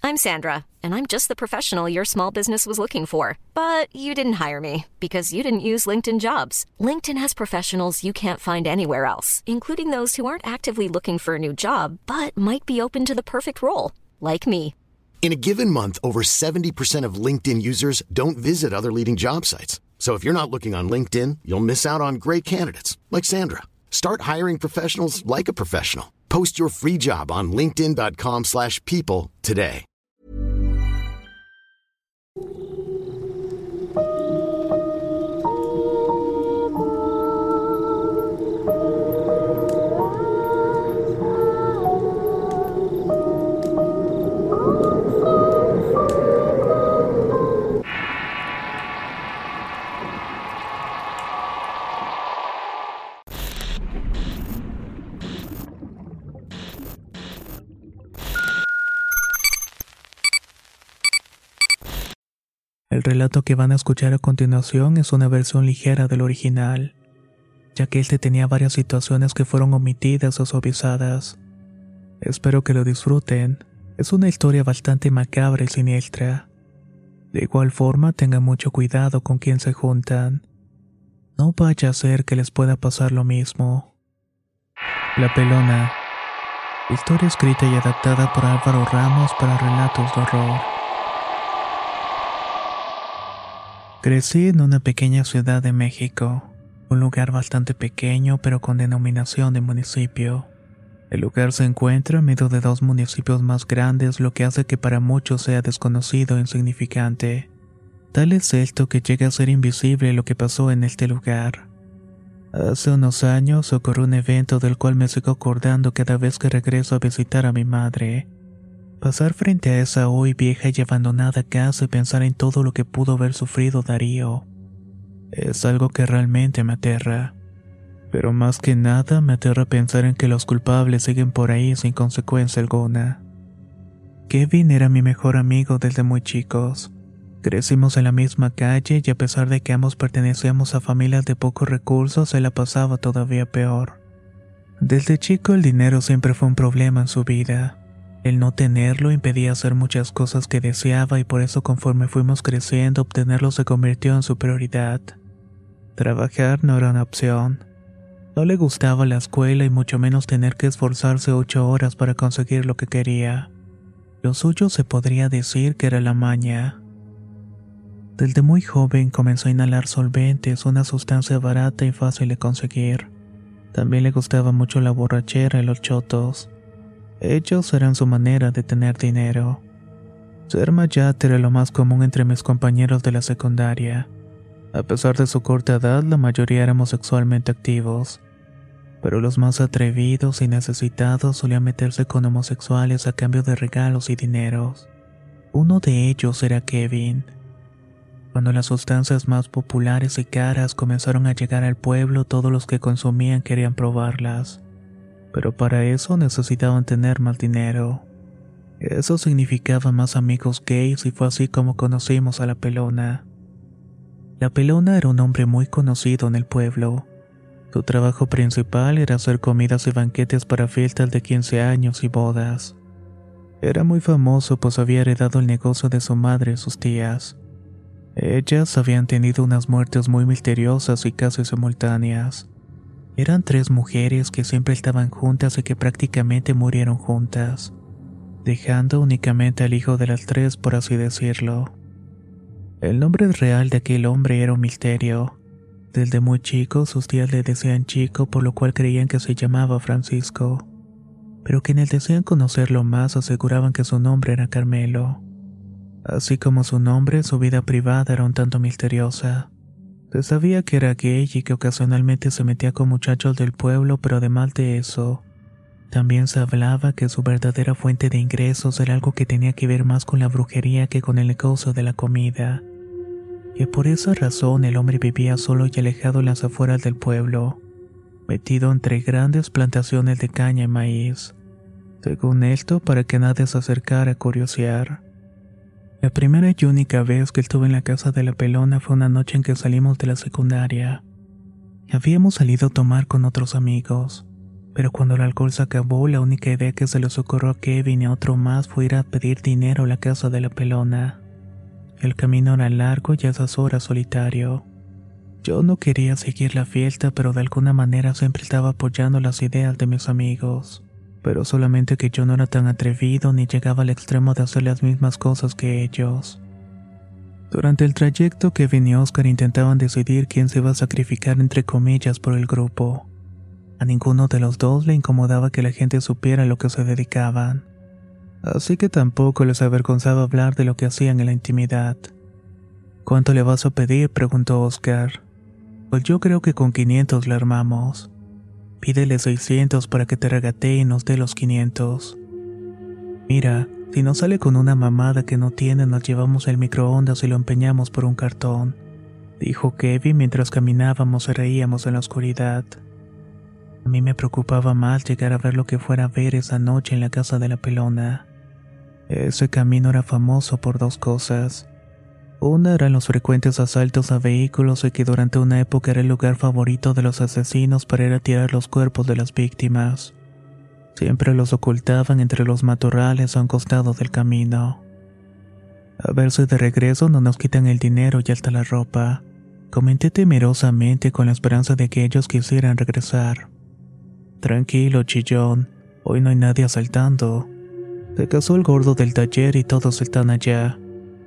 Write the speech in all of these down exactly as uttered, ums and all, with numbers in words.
I'm Sandra, and I'm just the professional your small business was looking for. But you didn't hire me because you didn't use LinkedIn Jobs. LinkedIn has professionals you can't find anywhere else, including those who aren't actively looking for a new job, but might be open to the perfect role, like me. In a given month, over seventy percent of LinkedIn users don't visit other leading job sites. So if you're not looking on LinkedIn, you'll miss out on great candidates like Sandra. Start hiring professionals like a professional. Post your free job on linkedin dot com slash people today. El relato que van a escuchar a continuación es una versión ligera del original, ya que este tenía varias situaciones que fueron omitidas o suavizadas. Espero que lo disfruten. Es una historia bastante macabra y siniestra. De igual forma, tengan mucho cuidado con quien se juntan. No vaya a ser que les pueda pasar lo mismo. La Pelona. Historia escrita y adaptada por Álvaro Ramos para relatos de horror. Crecí en una pequeña ciudad de México, un lugar bastante pequeño pero con denominación de municipio. El lugar se encuentra en medio de dos municipios más grandes, lo que hace que para muchos sea desconocido e insignificante. Tal es esto que llega a ser invisible lo que pasó en este lugar. Hace unos años ocurrió un evento del cual me sigo acordando cada vez que regreso a visitar a mi madre. Pasar frente a esa hoy vieja y abandonada casa y pensar en todo lo que pudo haber sufrido Darío es algo que realmente me aterra. Pero más que nada me aterra pensar en que los culpables siguen por ahí sin consecuencia alguna. Kevin era mi mejor amigo desde muy chicos. Crecimos en la misma calle y a pesar de que ambos pertenecíamos a familias de pocos recursos, se la pasaba todavía peor. Desde chico el dinero siempre fue un problema en su vida. El no tenerlo impedía hacer muchas cosas que deseaba y por eso conforme fuimos creciendo obtenerlo se convirtió en su prioridad. Trabajar no era una opción. No le gustaba la escuela y mucho menos tener que esforzarse ocho horas para conseguir lo que quería. Lo suyo se podría decir que era la maña. Desde muy joven comenzó a inhalar solventes, una sustancia barata y fácil de conseguir. También le gustaba mucho la borrachera y los chotos. Ellos eran su manera de tener dinero. Ser mayate era lo más común entre mis compañeros de la secundaria. A pesar de su corta edad, la mayoría éramos sexualmente activos. Pero los más atrevidos y necesitados solían meterse con homosexuales a cambio de regalos y dineros. Uno de ellos era Kevin. Cuando las sustancias más populares y caras comenzaron a llegar al pueblo, todos los que consumían querían probarlas. Pero para eso necesitaban tener más dinero. Eso significaba más amigos gays y fue así como conocimos a la Pelona. La Pelona era un hombre muy conocido en el pueblo. Su trabajo principal era hacer comidas y banquetes para fiestas de quince años y bodas. Era muy famoso pues había heredado el negocio de su madre y sus tías. Ellas habían tenido unas muertes muy misteriosas y casi simultáneas. Eran tres mujeres que siempre estaban juntas y que prácticamente murieron juntas, dejando únicamente al hijo de las tres, por así decirlo. El nombre real de aquel hombre era un misterio. Desde muy chico sus tías le decían Chico, por lo cual creían que se llamaba Francisco. Pero quienes desean conocerlo más aseguraban que su nombre era Carmelo. Así como su nombre, su vida privada era un tanto misteriosa. Se sabía que era gay y que ocasionalmente se metía con muchachos del pueblo, pero además de eso, también se hablaba que su verdadera fuente de ingresos era algo que tenía que ver más con la brujería que con el negocio de la comida. Y por esa razón el hombre vivía solo y alejado en las afueras del pueblo, metido entre grandes plantaciones de caña y maíz. Según esto, para que nadie se acercara a curiosear. La primera y única vez que estuve en la casa de la Pelona fue una noche en que salimos de la secundaria. Habíamos salido a tomar con otros amigos, Pero cuando el alcohol se acabó, la única idea que se les ocurrió a Kevin y a otro más fue ir a pedir dinero a la casa de la pelona. El camino era largo y a esas horas solitario. Yo no quería seguir la fiesta, pero de alguna manera siempre estaba apoyando las ideas de mis amigos. Pero solamente que yo no era tan atrevido ni llegaba al extremo de hacer las mismas cosas que ellos. Durante el trayecto, Kevin y Oscar intentaban decidir quién se iba a sacrificar entre comillas por el grupo. A ninguno de los dos le incomodaba que la gente supiera a lo que se dedicaban. Así que tampoco les avergonzaba hablar de lo que hacían en la intimidad. ¿Cuánto le vas a pedir?, preguntó Oscar. Pues yo creo que con quinientos la armamos. Pídele seiscientos para que te regatee y nos dé los quinientos. Mira, si nos sale con una mamada que no tiene, nos llevamos el microondas y lo empeñamos por un cartón, dijo Kevin mientras caminábamos y reíamos en la oscuridad. A mí me preocupaba más llegar a ver lo que fuera a ver esa noche en la casa de la pelona. Ese camino era famoso por dos cosas. Una eran los frecuentes asaltos a vehículos y que durante una época era el lugar favorito de los asesinos para ir a tirar los cuerpos de las víctimas. Siempre los ocultaban entre los matorrales a un costado del camino. A ver si de regreso no nos quitan el dinero y hasta la ropa, comenté temerosamente con la esperanza de que ellos quisieran regresar. Tranquilo, chillón, hoy no hay nadie asaltando. Se casó el gordo del taller y todos están allá.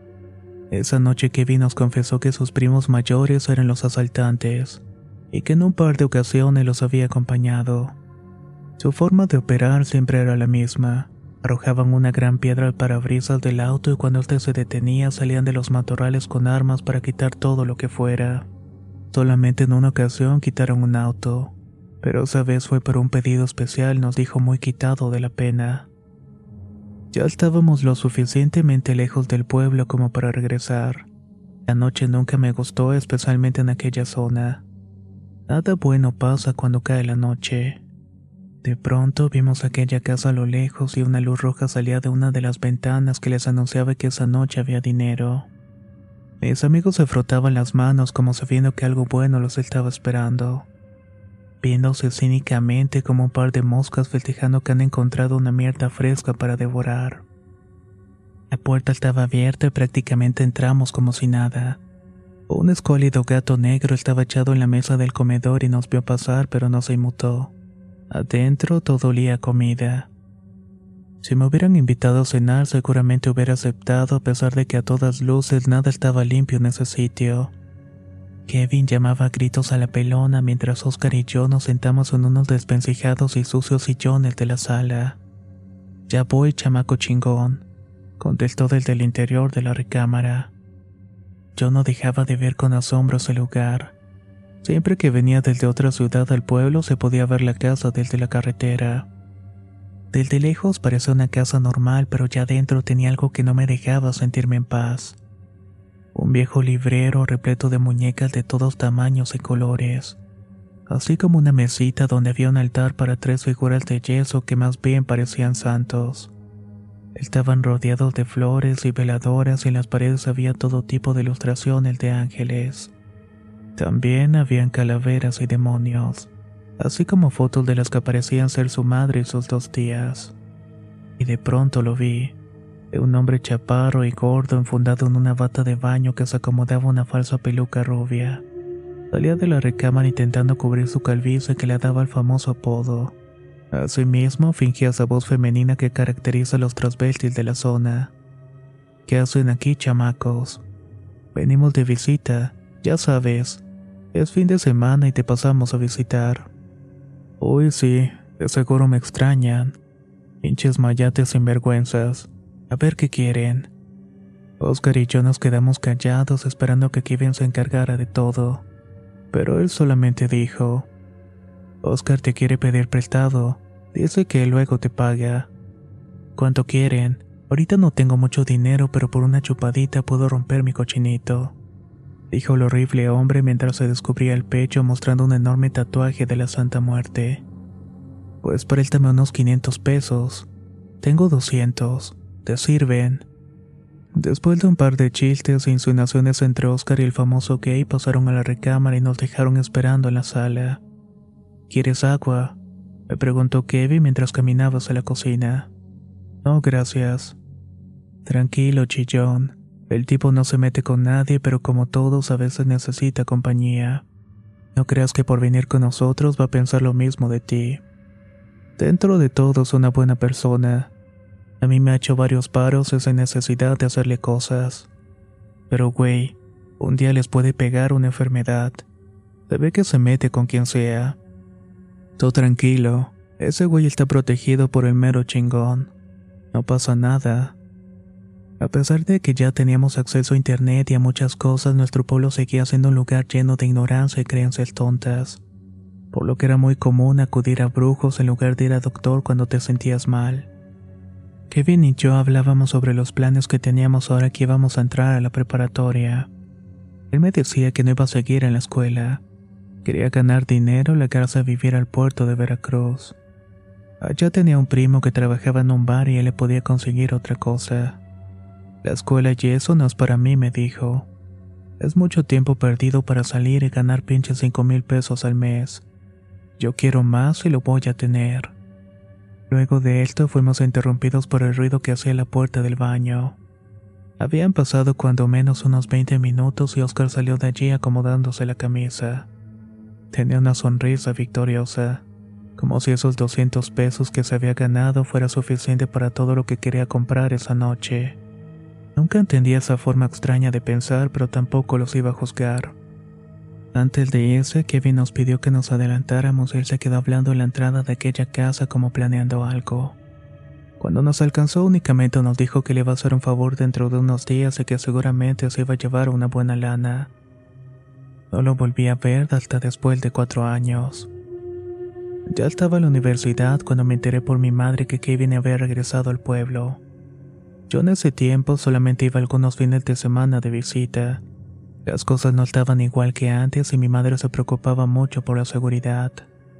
Esa noche Kevin nos confesó que sus primos mayores eran los asaltantes y que en un par de ocasiones los había acompañado. Su forma de operar siempre era la misma. Arrojaban una gran piedra al parabrisas del auto y cuando este se detenía salían de los matorrales con armas para quitar todo lo que fuera. Solamente en una ocasión quitaron un auto, pero esa vez fue por un pedido especial, nos dijo muy quitado de la pena. Ya estábamos lo suficientemente lejos del pueblo como para regresar. La noche nunca me gustó, especialmente en aquella zona. Nada bueno pasa cuando cae la noche. De pronto vimos aquella casa a lo lejos y una luz roja salía de una de las ventanas que les anunciaba que esa noche había dinero. Mis amigos se frotaban las manos como sabiendo que algo bueno los estaba esperando, viéndose cínicamente como un par de moscas festejando que han encontrado una mierda fresca para devorar. La puerta estaba abierta y prácticamente entramos como si nada. Un escuálido gato negro estaba echado en la mesa del comedor y nos vio pasar, pero no se inmutó. Adentro todo olía a comida. Si me hubieran invitado a cenar, seguramente hubiera aceptado, a pesar de que a todas luces nada estaba limpio en ese sitio. Kevin llamaba a gritos a la pelona mientras Oscar y yo nos sentamos en unos desvencijados y sucios sillones de la sala. Ya voy, chamaco chingón, contestó desde el interior de la recámara. Yo no dejaba de ver con asombro ese lugar. Siempre que venía desde otra ciudad al pueblo se podía ver la casa desde la carretera. Desde lejos parecía una casa normal, pero ya dentro tenía algo que no me dejaba sentirme en paz. Un viejo librero repleto de muñecas de todos tamaños y colores, así como una mesita donde había un altar para tres figuras de yeso que más bien parecían santos. Estaban rodeados de flores y veladoras y en las paredes había todo tipo de ilustraciones de ángeles. También habían calaveras y demonios, así como fotos de las que parecían ser su madre y sus dos tías. Y de pronto lo vi. Un hombre chaparro y gordo enfundado en una bata de baño que se acomodaba una falsa peluca rubia. Salía de la recámara intentando cubrir su calvicie que le daba el famoso apodo. Asimismo, fingía esa voz femenina que caracteriza a los transvestis de la zona. ¿Qué hacen aquí, chamacos? Venimos de visita, ya sabes. Es fin de semana y te pasamos a visitar. Uy, sí, de seguro me extrañan. Pinches mayates sinvergüenzas. A ver qué quieren. Oscar y yo nos quedamos callados esperando que Kevin se encargara de todo. Pero él solamente dijo: Oscar te quiere pedir prestado. Dice que luego te paga. ¿Cuánto quieren? Ahorita no tengo mucho dinero, pero por una chupadita puedo romper mi cochinito, dijo el horrible hombre mientras se descubría el pecho mostrando un enorme tatuaje de la Santa Muerte. Pues préstame unos quinientos pesos. Tengo doscientos. ¿Te sirven? Después de un par de chistes e insinuaciones entre Oscar y el famoso gay, pasaron a la recámara y nos dejaron esperando en la sala. ¿Quieres agua? me preguntó Kevin mientras caminaba hacia la cocina. No, gracias. Tranquilo, chillón. El tipo no se mete con nadie, pero como todos a veces necesita compañía. No creas que por venir con nosotros va a pensar lo mismo de ti. Dentro de todo es una buena persona. A mí me ha hecho varios paros esa necesidad de hacerle cosas. Pero güey, un día les puede pegar una enfermedad. Se ve que se mete con quien sea. Tú tranquilo, ese güey está protegido por el mero chingón. No pasa nada. A pesar de que ya teníamos acceso a internet y a muchas cosas, nuestro pueblo seguía siendo un lugar lleno de ignorancia y creencias tontas, por lo que era muy común acudir a brujos en lugar de ir a doctor cuando te sentías mal. Kevin y yo hablábamos sobre los planes que teníamos ahora que íbamos a entrar a la preparatoria. Él me decía que no iba a seguir en la escuela. Quería ganar dinero y largarse a vivir al puerto de Veracruz. Allá tenía un primo que trabajaba en un bar y él le podía conseguir otra cosa. La escuela y eso no es para mí, me dijo. Es mucho tiempo perdido para salir y ganar pinches cinco mil pesos al mes. Yo quiero más y lo voy a tener. Luego de esto fuimos interrumpidos por el ruido que hacía la puerta del baño. Habían pasado cuando menos unos veinte minutos y Oscar salió de allí acomodándose la camisa. Tenía una sonrisa victoriosa, como si esos doscientos pesos que se había ganado fuera suficiente para todo lo que quería comprar esa noche. Nunca entendí esa forma extraña de pensar, pero tampoco los iba a juzgar. Antes de irse, Kevin nos pidió que nos adelantáramos y él se quedó hablando en la entrada de aquella casa como planeando algo. Cuando nos alcanzó únicamente nos dijo que le iba a hacer un favor dentro de unos días y que seguramente se iba a llevar una buena lana. No lo volví a ver hasta después de cuatro años. Ya estaba en la universidad cuando me enteré por mi madre que Kevin había regresado al pueblo. Yo en ese tiempo solamente iba algunos fines de semana de visita. Las cosas no estaban igual que antes y mi madre se preocupaba mucho por la seguridad.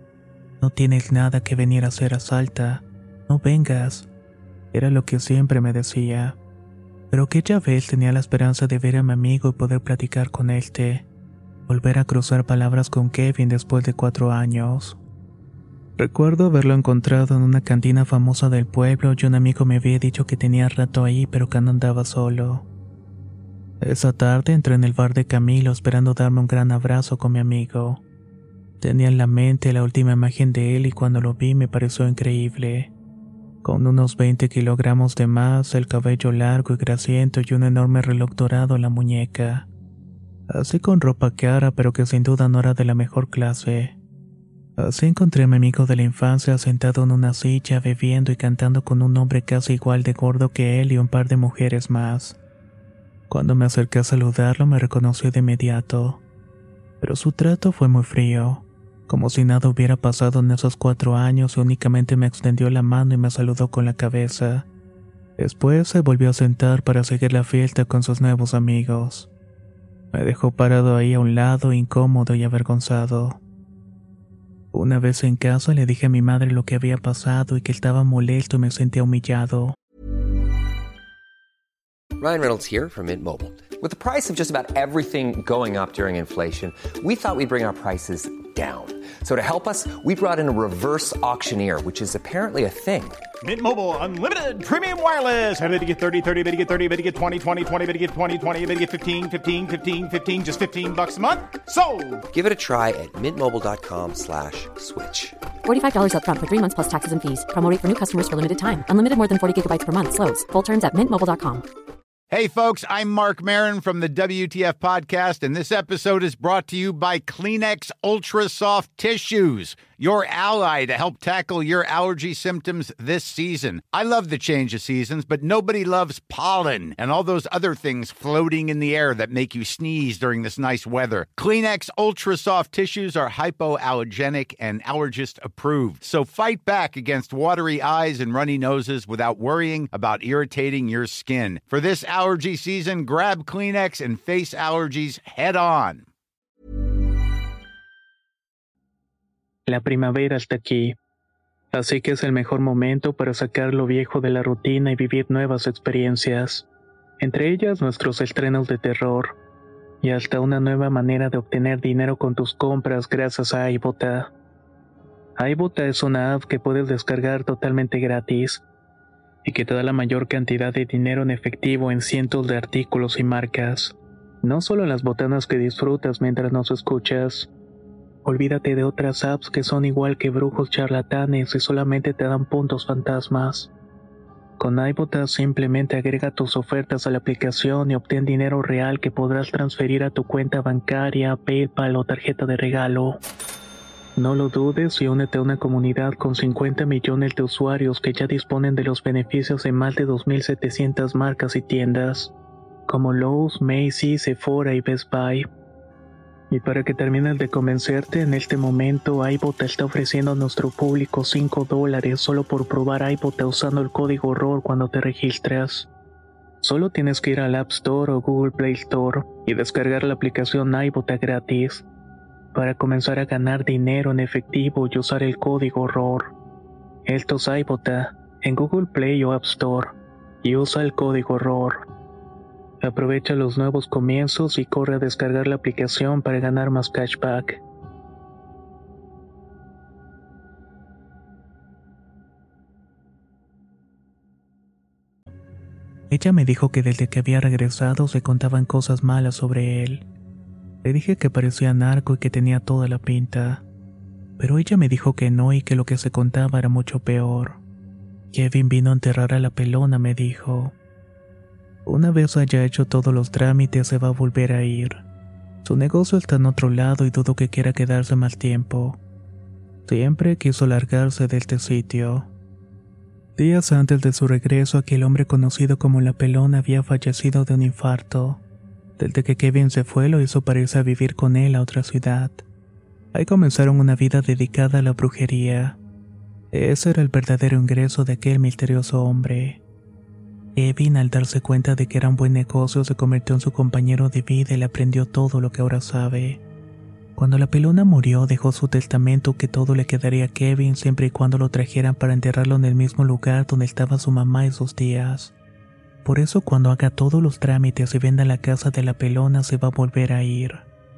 No tienes nada que venir a hacer a Salta. No vengas. Era lo que siempre me decía. Pero aquella vez tenía la esperanza de ver a mi amigo y poder platicar con él. Volver a cruzar palabras con Kevin después de cuatro años. Recuerdo haberlo encontrado en una cantina famosa del pueblo y un amigo me había dicho que tenía rato ahí pero que no andaba solo. Esa tarde entré en el bar de Camilo esperando darme un gran abrazo con mi amigo. Tenía en la mente la última imagen de él y cuando lo vi me pareció increíble. Con unos veinte kilogramos de más, el cabello largo y grasiento y un enorme reloj dorado en la muñeca. Así con ropa cara pero que sin duda no era de la mejor clase. Así encontré a mi amigo de la infancia sentado en una silla bebiendo y cantando con un hombre casi igual de gordo que él y un par de mujeres más. Cuando me acerqué a saludarlo me reconoció de inmediato, pero su trato fue muy frío, como si nada hubiera pasado en esos cuatro años y únicamente me extendió la mano y me saludó con la cabeza. Después se volvió a sentar para seguir la fiesta con sus nuevos amigos. Me dejó parado ahí a un lado, incómodo y avergonzado. Una vez en casa le dije a mi madre lo que había pasado y que estaba molesto y me sentía humillado. Ryan Reynolds here from Mint Mobile. With the price of just about everything going up during inflation, we thought we'd bring our prices down. So to help us, we brought in a reverse auctioneer, which is apparently a thing. Mint Mobile Unlimited Premium Wireless. How to get thirty, thirty, how to get thirty, how to get twenty, twenty, twenty, how to get twenty, twenty, how to get fifteen, fifteen, fifteen, fifteen, just fifteen bucks a month? Sold! Give it a try at mintmobile.com slash switch. forty-five dollars up front for three months plus taxes and fees. Promo rate for new customers for limited time. Unlimited more than forty gigabytes per month. Slows full terms at mint mobile dot com. Hey, folks, I'm Mark Maron from the W T F Podcast, and this episode is brought to you by Kleenex Ultra Soft Tissues, your ally to help tackle your allergy symptoms this season. I love the change of seasons, but nobody loves pollen and all those other things floating in the air that make you sneeze during this nice weather. Kleenex Ultra Soft Tissues are hypoallergenic and allergist approved, so fight back against watery eyes and runny noses without worrying about irritating your skin. For this allergy season, grab Kleenex and face allergies head on. La primavera está aquí, así que es el mejor momento para sacar lo viejo de la rutina y vivir nuevas experiencias, entre ellas nuestros estrenos de terror, y hasta una nueva manera de obtener dinero con tus compras gracias a iBota. iBota es una app que puedes descargar totalmente gratis y que te da la mayor cantidad de dinero en efectivo en cientos de artículos y marcas. No solo las botanas que disfrutas mientras nos escuchas. Olvídate de otras apps que son igual que brujos charlatanes y solamente te dan puntos fantasmas. Con iBota simplemente agrega tus ofertas a la aplicación y obtén dinero real que podrás transferir a tu cuenta bancaria, PayPal o tarjeta de regalo. No lo dudes y únete a una comunidad con cincuenta millones de usuarios que ya disponen de los beneficios de más de dos mil setecientas marcas y tiendas, como Lowe's, Macy's, Sephora y Best Buy. Y para que termines de convencerte, en este momento iBota está ofreciendo a nuestro público cinco dólares solo por probar iBota usando el código R O R cuando te registras. Solo tienes que ir al App Store o Google Play Store y descargar la aplicación iBota gratis para comenzar a ganar dinero en efectivo y usar el código R O R. Esto es iBota en Google Play o App Store y usa el código R O R. Aprovecha los nuevos comienzos y corre a descargar la aplicación para ganar más cashback. Ella me dijo que desde que había regresado se contaban cosas malas sobre él. Le dije que parecía narco y que tenía toda la pinta. Pero ella me dijo que no y que lo que se contaba era mucho peor. Kevin vino a enterrar a la pelona, me dijo. Una vez haya hecho todos los trámites se va a volver a ir. Su negocio está en otro lado y dudo que quiera quedarse más tiempo. Siempre quiso largarse de este sitio. Días antes de su regreso, aquel hombre conocido como La Pelona había fallecido de un infarto. Desde que Kevin se fue, lo hizo para irse a vivir con él a otra ciudad. Ahí comenzaron una vida dedicada a la brujería. Ese era el verdadero ingreso de aquel misterioso hombre. Kevin, al darse cuenta de que era un buen negocio, se convirtió en su compañero de vida y le aprendió todo lo que ahora sabe. Cuando La Pelona murió, dejó su testamento que todo le quedaría a Kevin siempre y cuando lo trajeran para enterrarlo en el mismo lugar donde estaba su mamá y sus tías. Por eso, cuando haga todos los trámites y venda la casa de La Pelona, se va a volver a ir.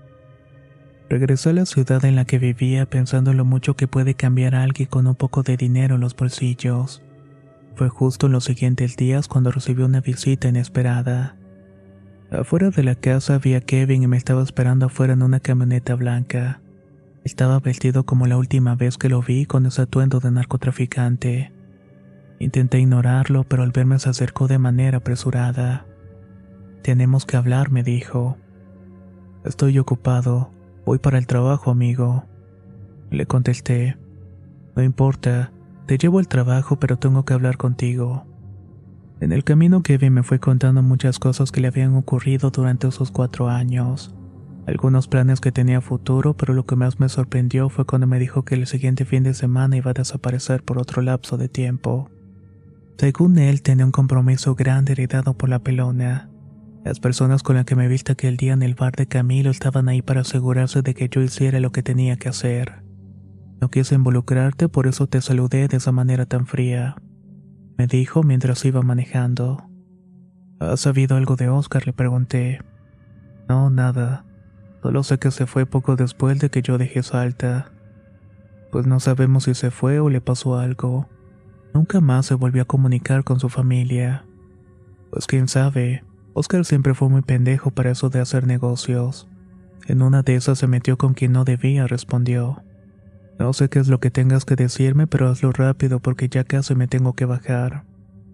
Regresó a la ciudad en la que vivía pensando en lo mucho que puede cambiar a alguien con un poco de dinero en los bolsillos. Fue justo en los siguientes días cuando recibió una visita inesperada. Afuera de la casa vi a Kevin y me estaba esperando afuera en una camioneta blanca. Estaba vestido como la última vez que lo vi, con ese atuendo de narcotraficante. Intenté ignorarlo, pero al verme se acercó de manera apresurada. «Tenemos que hablar», me dijo. «Estoy ocupado. Voy para el trabajo, amigo». Le contesté. «No importa. Te llevo al trabajo, pero tengo que hablar contigo». En el camino, Kevin me fue contando muchas cosas que le habían ocurrido durante esos cuatro años. Algunos planes que tenía a futuro, pero lo que más me sorprendió fue cuando me dijo que el siguiente fin de semana iba a desaparecer por otro lapso de tiempo. Según él, tenía un compromiso grande heredado por La Pelona. Las personas con las que me viste aquel día en el bar de Camilo estaban ahí para asegurarse de que yo hiciera lo que tenía que hacer. No quise involucrarte, por eso te saludé de esa manera tan fría, me dijo mientras iba manejando. ¿Has sabido algo de Oscar?, le pregunté. No, nada. Solo sé que se fue poco después de que yo dejé Salta. Pues no sabemos si se fue o le pasó algo. Nunca más se volvió a comunicar con su familia. Pues quién sabe. Oscar siempre fue muy pendejo para eso de hacer negocios. En una de esas se metió con quien no debía, respondió. No sé qué es lo que tengas que decirme, pero hazlo rápido porque ya casi me tengo que bajar.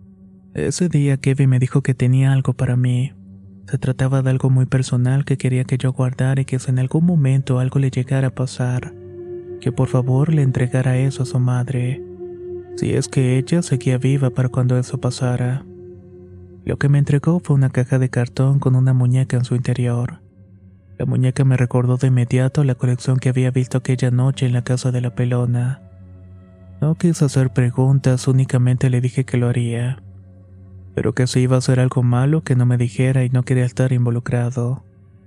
Ese día Kevin me dijo que tenía algo para mí. Se trataba de algo muy personal que quería que yo guardara y que si en algún momento algo le llegara a pasar, que por favor le entregara eso a su madre, si es que ella seguía viva para cuando eso pasara. Lo que me entregó fue una caja de cartón con una muñeca en su interior. La muñeca me recordó de inmediato la colección que había visto aquella noche en la casa de La Pelona. No quise hacer preguntas, únicamente le dije que lo haría. Pero que si iba a hacer algo malo, que no me dijera y no quería estar involucrado.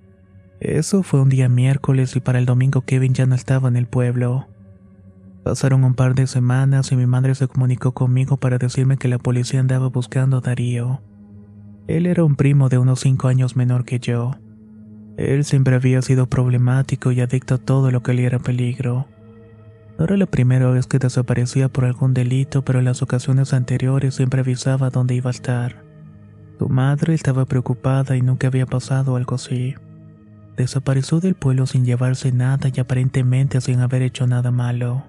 Eso fue un día miércoles y para el domingo Kevin ya no estaba en el pueblo. Pasaron un par de semanas y mi madre se comunicó conmigo para decirme que la policía andaba buscando a Darío. Él era un primo de unos cinco años menor que yo. Él siempre había sido problemático y adicto a todo lo que le era peligro. No era la primera vez que desaparecía por algún delito, pero en las ocasiones anteriores siempre avisaba dónde iba a estar. Su madre estaba preocupada y nunca había pasado algo así. Desapareció del pueblo sin llevarse nada y aparentemente sin haber hecho nada malo.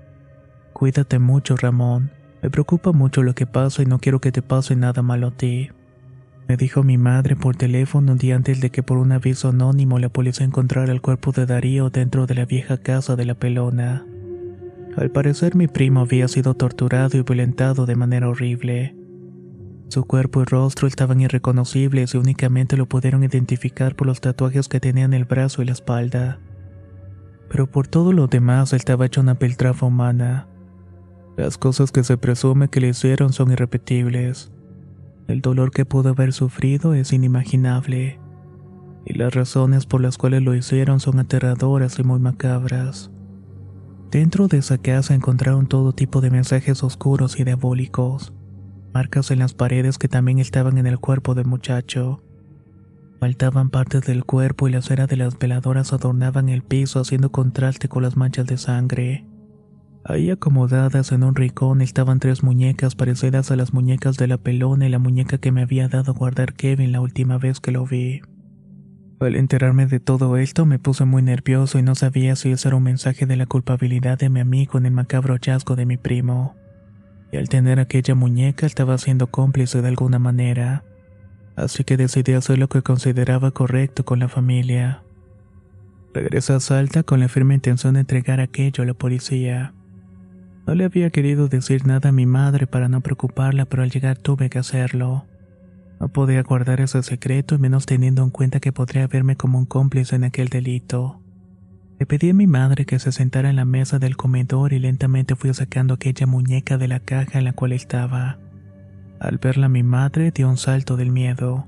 Cuídate mucho, Ramón. Me preocupa mucho lo que pasa y no quiero que te pase nada malo a ti, me dijo mi madre por teléfono un día antes de que por un aviso anónimo la policía encontrara el cuerpo de Darío dentro de la vieja casa de la Pelona. Al parecer mi primo había sido torturado y violentado de manera horrible. Su cuerpo y rostro estaban irreconocibles y únicamente lo pudieron identificar por los tatuajes que tenía en el brazo y la espalda. Pero por todo lo demás estaba hecho una piltrafa humana. Las cosas que se presume que le hicieron son irrepetibles. El dolor que pudo haber sufrido es inimaginable. Y las razones por las cuales lo hicieron son aterradoras y muy macabras. Dentro de esa casa encontraron todo tipo de mensajes oscuros y diabólicos. Marcas en las paredes que también estaban en el cuerpo del muchacho. Faltaban partes del cuerpo y la cera de las veladoras adornaban el piso haciendo contraste con las manchas de sangre. Ahí acomodadas en un rincón estaban tres muñecas parecidas a las muñecas de la Pelona y la muñeca que me había dado a guardar Kevin la última vez que lo vi. Al enterarme de todo esto me puse muy nervioso y no sabía si ese era un mensaje de la culpabilidad de mi amigo en el macabro hallazgo de mi primo. Y al tener aquella muñeca estaba siendo cómplice de alguna manera. Así que decidí hacer lo que consideraba correcto con la familia. Regresé a Salta con la firme intención de entregar aquello a la policía. No le había querido decir nada a mi madre para no preocuparla, pero al llegar tuve que hacerlo. No podía guardar ese secreto y menos teniendo en cuenta que podría verme como un cómplice en aquel delito. Le pedí a mi madre que se sentara en la mesa del comedor y lentamente fui sacando aquella muñeca de la caja en la cual estaba. Al verla mi madre dio un salto del miedo.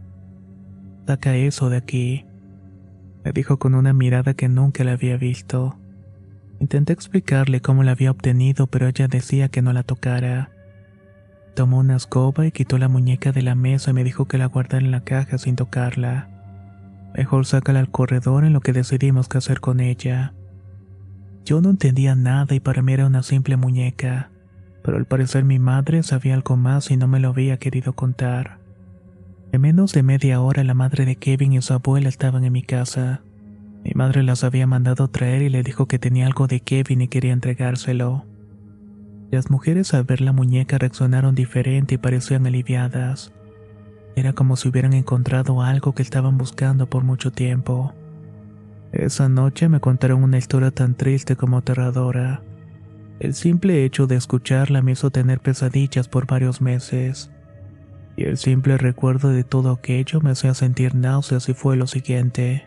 «Saca eso de aquí», me dijo con una mirada que nunca la había visto. Intenté explicarle cómo la había obtenido, pero ella decía que no la tocara. Tomó una escoba y quitó la muñeca de la mesa y me dijo que la guardara en la caja sin tocarla. Mejor sácala al corredor en lo que decidimos qué hacer con ella. Yo no entendía nada y para mí era una simple muñeca, pero al parecer mi madre sabía algo más y no me lo había querido contar. En menos de media hora la madre de Kevin y su abuela estaban en mi casa. Mi madre las había mandado traer y le dijo que tenía algo de Kevin y quería entregárselo. Las mujeres al ver la muñeca reaccionaron diferente y parecían aliviadas. Era como si hubieran encontrado algo que estaban buscando por mucho tiempo. Esa noche me contaron una historia tan triste como aterradora. El simple hecho de escucharla me hizo tener pesadillas por varios meses. Y el simple recuerdo de todo aquello me hacía sentir náuseas y fue lo siguiente.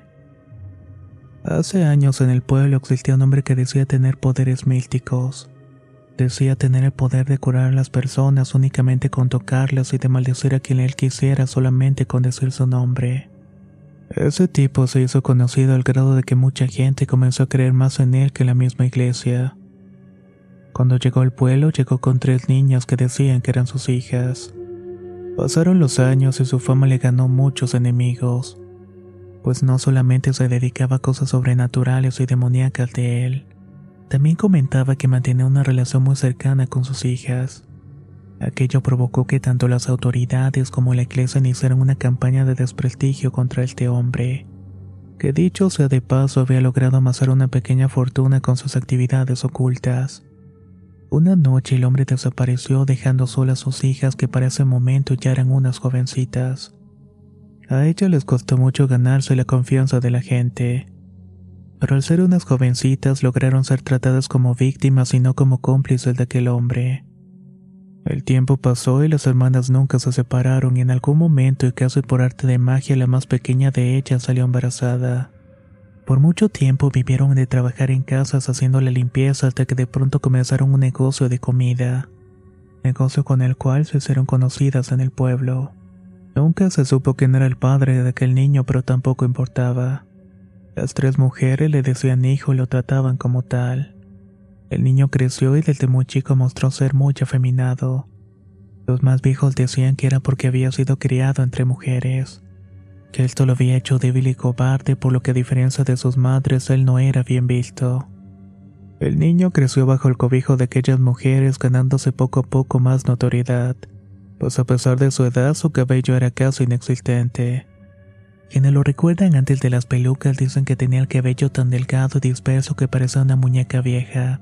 Hace años en el pueblo existía un hombre que decía tener poderes místicos. Decía tener el poder de curar a las personas únicamente con tocarlas y de maldecir a quien él quisiera solamente con decir su nombre. Ese tipo se hizo conocido al grado de que mucha gente comenzó a creer más en él que en la misma iglesia. Cuando llegó al pueblo, llegó con tres niñas que decían que eran sus hijas. Pasaron los años y su fama le ganó muchos enemigos, pues no solamente se dedicaba a cosas sobrenaturales y demoníacas de él, también comentaba que mantenía una relación muy cercana con sus hijas. Aquello provocó que tanto las autoridades como la iglesia iniciaran una campaña de desprestigio contra este hombre, que dicho sea de paso había logrado amasar una pequeña fortuna con sus actividades ocultas. Una noche el hombre desapareció dejando solas a sus hijas que para ese momento ya eran unas jovencitas. A ellas les costó mucho ganarse la confianza de la gente, pero al ser unas jovencitas lograron ser tratadas como víctimas y no como cómplices de aquel hombre. El tiempo pasó y las hermanas nunca se separaron y en algún momento y casi por arte de magia la más pequeña de ellas salió embarazada. Por mucho tiempo vivieron de trabajar en casas haciendo la limpieza hasta que de pronto comenzaron un negocio de comida, negocio con el cual se hicieron conocidas en el pueblo. Nunca se supo quién era el padre de aquel niño, pero tampoco importaba. Las tres mujeres le decían hijo y lo trataban como tal. El niño creció y desde muy chico mostró ser muy afeminado. Los más viejos decían que era porque había sido criado entre mujeres, que esto lo había hecho débil y cobarde, por lo que a diferencia de sus madres él no era bien visto. El niño creció bajo el cobijo de aquellas mujeres, ganándose poco a poco más notoriedad, pues a pesar de su edad su cabello era casi inexistente. Quienes lo recuerdan antes de las pelucas dicen que tenía el cabello tan delgado y disperso que parecía una muñeca vieja.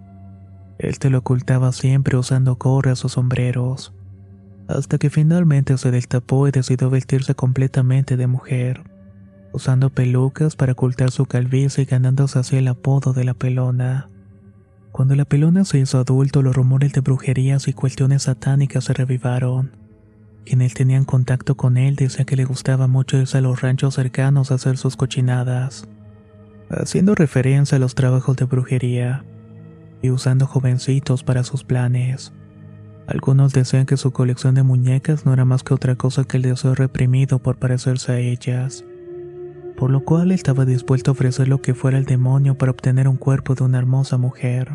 Él te lo ocultaba siempre usando gorras o sombreros, hasta que finalmente se destapó y decidió vestirse completamente de mujer, usando pelucas para ocultar su calvicie y ganándose así el apodo de la Pelona. Cuando la Pelona se hizo adulto, los rumores de brujerías y cuestiones satánicas se revivaron. Quienes tenían contacto con él decían que le gustaba mucho irse a los ranchos cercanos a hacer sus cochinadas, haciendo referencia a los trabajos de brujería y usando jovencitos para sus planes. Algunos decían que su colección de muñecas no era más que otra cosa que el deseo reprimido por parecerse a ellas, por lo cual estaba dispuesto a ofrecer lo que fuera el demonio para obtener un cuerpo de una hermosa mujer.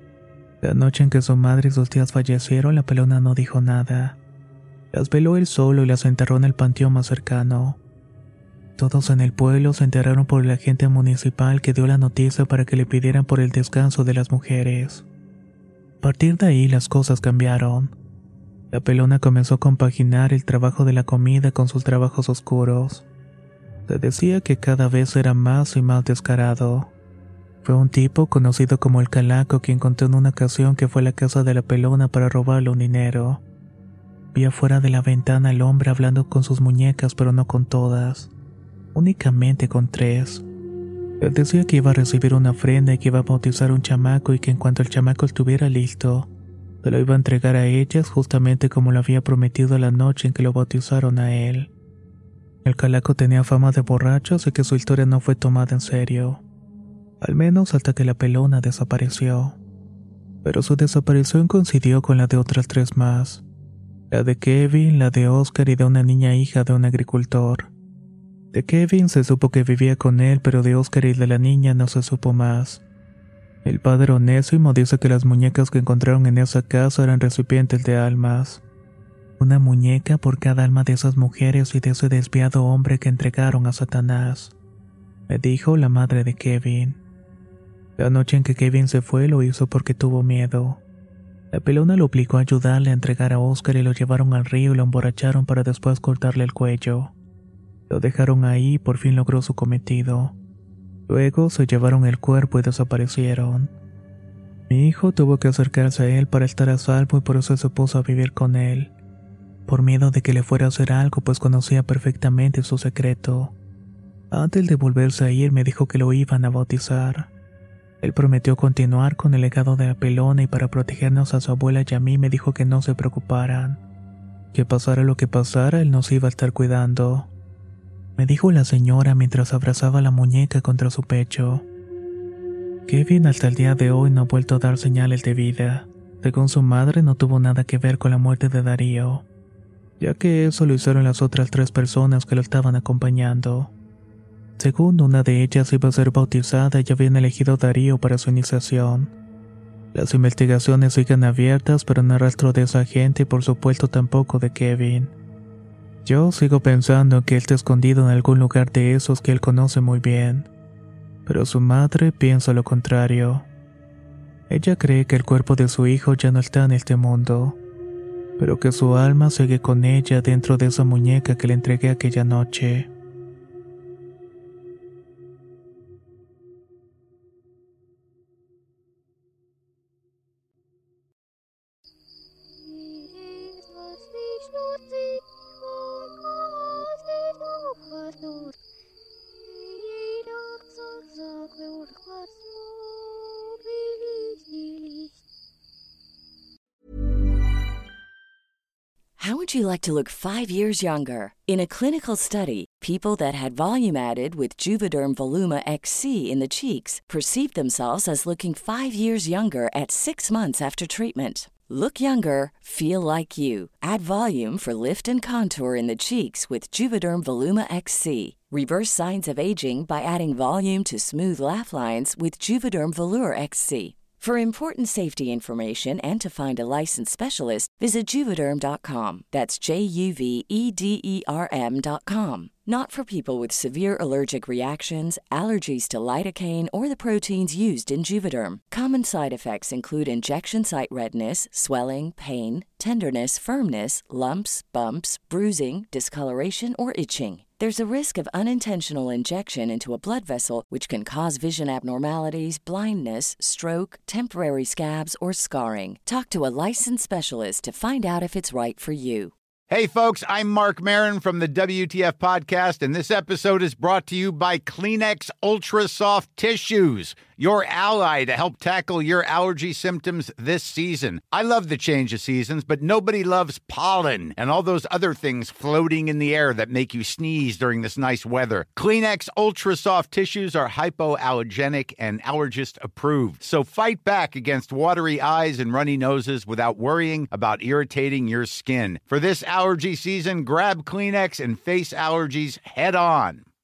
La noche en que su madre y sus tías fallecieron, la Pelona no dijo nada. Las veló él solo y las enterró en el panteón más cercano. Todos en el pueblo se enteraron por el agente municipal que dio la noticia para que le pidieran por el descanso de las mujeres. A partir de ahí las cosas cambiaron. La Pelona comenzó a compaginar el trabajo de la comida con sus trabajos oscuros. Se decía que cada vez era más y más descarado. Fue un tipo conocido como el Calaco quien contó en una ocasión que fue a la casa de la Pelona para robarle un dinero. Vi afuera de la ventana al hombre hablando con sus muñecas, pero no con todas, únicamente con tres. Él decía que iba a recibir una ofrenda y que iba a bautizar a un chamaco y que en cuanto el chamaco estuviera listo, se lo iba a entregar a ellas justamente como lo había prometido la noche en que lo bautizaron a él. El Calaco tenía fama de borracho, así que su historia no fue tomada en serio, al menos hasta que la Pelona desapareció. Pero su desaparición coincidió con la de otras tres más. La de Kevin, la de Oscar y de una niña hija de un agricultor. De Kevin se supo que vivía con él, pero de Oscar y de la niña no se supo más. El padre Onésimo dice que las muñecas que encontraron en esa casa eran recipientes de almas. Una muñeca por cada alma de esas mujeres y de ese desviado hombre que entregaron a Satanás, me dijo la madre de Kevin. La noche en que Kevin se fue lo hizo porque tuvo miedo. La Pelona lo obligó a ayudarle a entregar a Oscar y lo llevaron al río y lo emborracharon para después cortarle el cuello. Lo dejaron ahí y por fin logró su cometido. Luego se llevaron el cuerpo y desaparecieron. Mi hijo tuvo que acercarse a él para estar a salvo y por eso se puso a vivir con él, por miedo de que le fuera a hacer algo, pues conocía perfectamente su secreto. Antes de volverse a ir me dijo que lo iban a bautizar. Él prometió continuar con el legado de la Pelona y para protegernos a su abuela y a mí me dijo que no se preocuparan, que pasara lo que pasara él nos iba a estar cuidando. Me dijo la señora mientras abrazaba la muñeca contra su pecho. Kevin hasta el día de hoy no ha vuelto a dar señales de vida. Según su madre no tuvo nada que ver con la muerte de Darío, ya que eso lo hicieron las otras tres personas que lo estaban acompañando. Según una de ellas iba a ser bautizada y habían elegido a Darío para su iniciación. Las investigaciones siguen abiertas, pero no hay rastro de esa gente y por supuesto tampoco de Kevin. Yo sigo pensando que él está escondido en algún lugar de esos que él conoce muy bien, pero su madre piensa lo contrario. Ella cree que el cuerpo de su hijo ya no está en este mundo, pero que su alma sigue con ella dentro de esa muñeca que le entregué aquella noche. How would you like to look five years younger? In a clinical study, people that had volume added with Juvederm Voluma X C in the cheeks perceived themselves as looking five years younger at six months after treatment. Look younger, feel like you. Add volume for lift and contour in the cheeks with Juvederm Voluma X C. Reverse signs of aging by adding volume to smooth laugh lines with Juvederm Volure X C. For important safety information and to find a licensed specialist, visit Juvederm dot com. That's J U V E D E R M dot com. Not for people with severe allergic reactions, allergies to lidocaine, or the proteins used in Juvederm. Common side effects include injection site redness, swelling, pain, tenderness, firmness, lumps, bumps, bruising, discoloration, or itching. There's a risk of unintentional injection into a blood vessel, which can cause vision abnormalities, blindness, stroke, temporary scabs, or scarring. Talk to a licensed specialist to find out if it's right for you. Hey folks, I'm Mark Maron from the W T F Podcast, and this episode is brought to you by Kleenex Ultra Soft Tissues, your ally to help tackle your allergy symptoms this season. I love the change of seasons, but nobody loves pollen and all those other things floating in the air that make you sneeze during this nice weather. Kleenex Ultra Soft Tissues are hypoallergenic and allergist approved, so fight back against watery eyes and runny noses without worrying about irritating your skin. For this allergy season, grab Kleenex and face allergies head on.